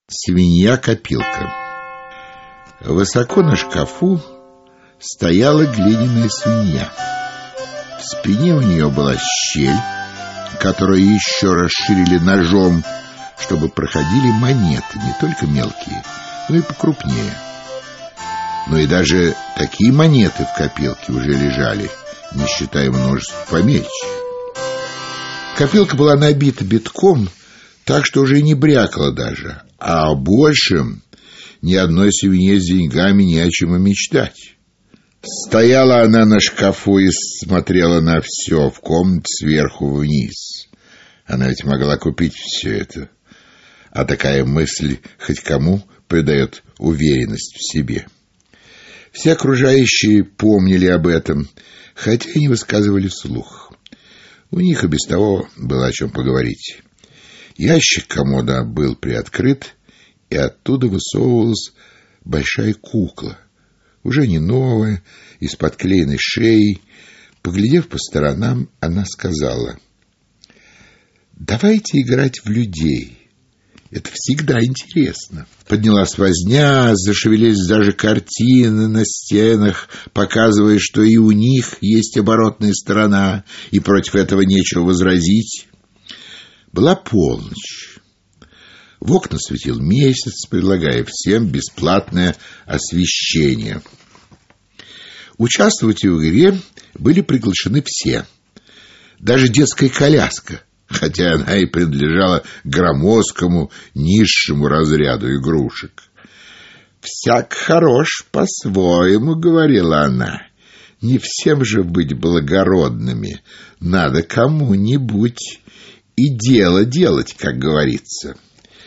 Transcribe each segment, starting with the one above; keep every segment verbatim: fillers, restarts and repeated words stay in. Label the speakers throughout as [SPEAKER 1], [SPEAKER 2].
[SPEAKER 1] Свинья-копилка. Высоко на шкафу стояла глиняная свинья. В спине у нее была щель, которую еще расширили ножом, чтобы проходили монеты, не только мелкие, но и покрупнее. Но и даже такие монеты в копилке уже лежали, не считая множества помельче. Копилка была набита битком, так что уже и не брякала даже, а о большем ни одной свинье с деньгами не о чем и мечтать. Стояла она на шкафу и смотрела на все в комнате сверху вниз. Она ведь могла купить все это, а такая мысль хоть кому придает уверенность в себе. Все окружающие помнили об этом, хотя и не высказывали вслух. У них и без того было о чем поговорить. Ящик комода был приоткрыт, и оттуда высовывалась большая кукла, уже не новая, и с подклеенной шеей. Поглядев по сторонам, она сказала: «Давайте играть в людей. Это всегда интересно». Поднялась возня, зашевелились даже картины на стенах, показывая, что и у них есть оборотная сторона, и против этого нечего возразить. Была полночь. В окна светил месяц, предлагая всем бесплатное освещение. Участвовать в игре были приглашены все. Даже детская коляска, хотя она и принадлежала громоздкому низшему разряду игрушек. «Всяк хорош по-своему», — говорила она. «Не всем же быть благородными. Надо кому-нибудь и дело делать, как говорится».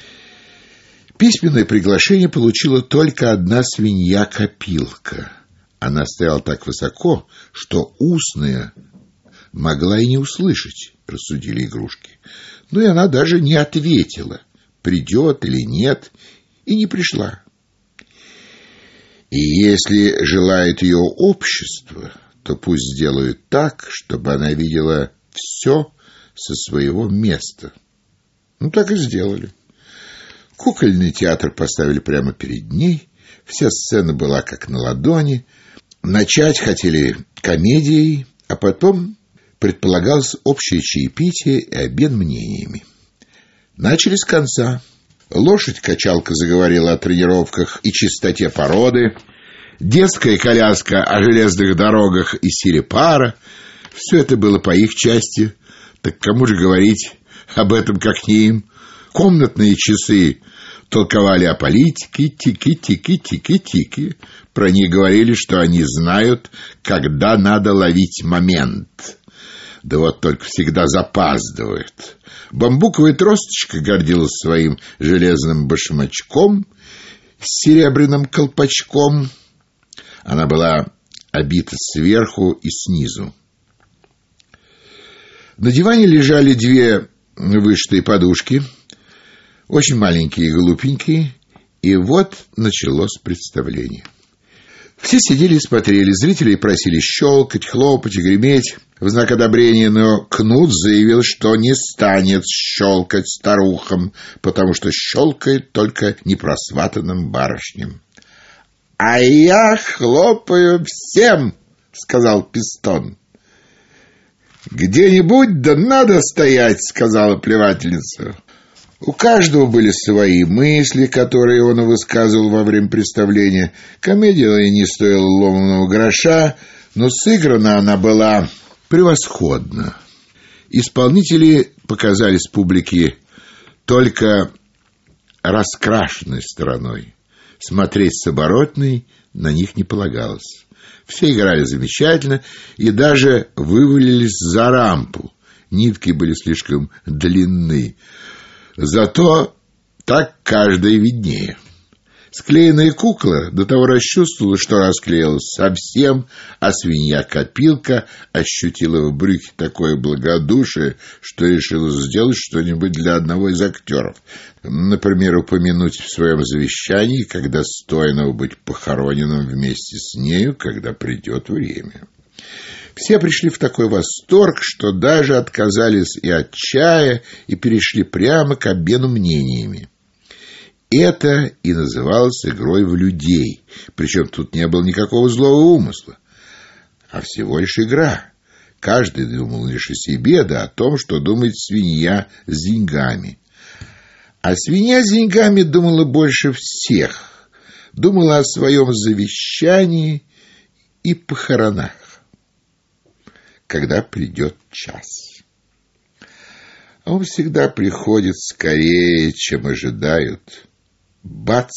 [SPEAKER 1] Письменное приглашение получила только одна свинья-копилка. Она стояла так высоко, что устная могла и не услышать, рассудили игрушки. Но и она даже не ответила, придет или нет, и не пришла. И если желает ее общество, то пусть сделают так, чтобы она видела все со своего места. Ну, так и сделали. Кукольный театр поставили прямо перед ней. Вся сцена была как на ладони. Начать хотели комедией, а потом предполагалось общее чаепитие и обмен мнениями. Начали с конца. Лошадь-качалка заговорила о тренировках и чистоте породы. Детская коляска о железных дорогах и силе пара. Все это было по их части. Так кому же говорить об этом, как не им? Комнатные часы толковали о политике, тики-тики-тики-тики. Про них говорили, что они знают, когда надо ловить момент. Да вот только всегда запаздывают. Бамбуковая тросточка гордилась своим железным башмачком с серебряным колпачком. Она была обита сверху и снизу. На диване лежали две вышитые подушки, очень маленькие и глупенькие, и вот началось представление. Все сидели и смотрели, зрители просили щелкать, хлопать и греметь в знак одобрения, но Кнут заявил, что не станет щелкать старухам, потому что щелкает только непросватанным барышням. «А я хлопаю всем», — сказал Пистон. «Где-нибудь да надо стоять», — сказала плевательница. У каждого были свои мысли, которые он высказывал во время представления. Комедия не стоила ломаного гроша, но сыграна она была превосходно. Исполнители показались публике только раскрашенной стороной. Смотреть с оборотной на них не полагалось. Все играли замечательно и даже вывалились за рампу. Нитки были слишком длинны. Зато так каждая виднее. Склеенная кукла до того расчувствовала, что расклеилась совсем, а свинья-копилка ощутила в брюхе такое благодушие, что решила сделать что-нибудь для одного из актеров. Например, упомянуть в своем завещании, когда достойно быть похороненным вместе с нею, когда придет время. Все пришли в такой восторг, что даже отказались и от чая, и перешли прямо к обмену мнениями. Это и называлось игрой в людей. Причем тут не было никакого злого умысла, а всего лишь игра. Каждый думал лишь о себе, да о том, что думает свинья с деньгами. А свинья с деньгами думала больше всех. Думала о своем завещании и похоронах, когда придет час. Он всегда приходит скорее, чем ожидают. Бац!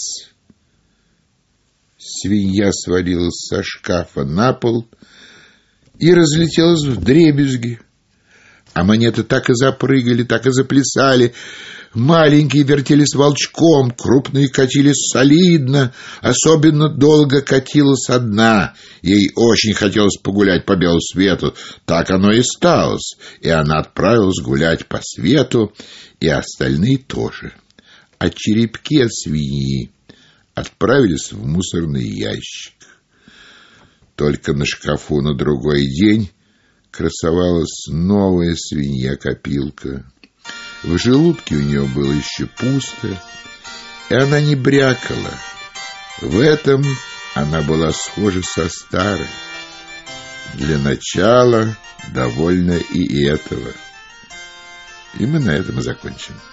[SPEAKER 1] Свинья свалилась со шкафа на пол и разлетелась вдребезги. А монеты так и запрыгали, так и заплясали. Маленькие вертелись волчком, крупные катились солидно. Особенно долго катилась одна. Ей очень хотелось погулять по белу свету. Так оно и сталось. И она отправилась гулять по свету, и остальные тоже. А черепки от свиньи отправились в мусорный ящик. Только на шкафу на другой день красовалась новая свинья-копилка. В желудке у нее было еще пусто, и она не брякала. В этом она была схожа со старой. Для начала довольна и этого. И мы на этом и закончим.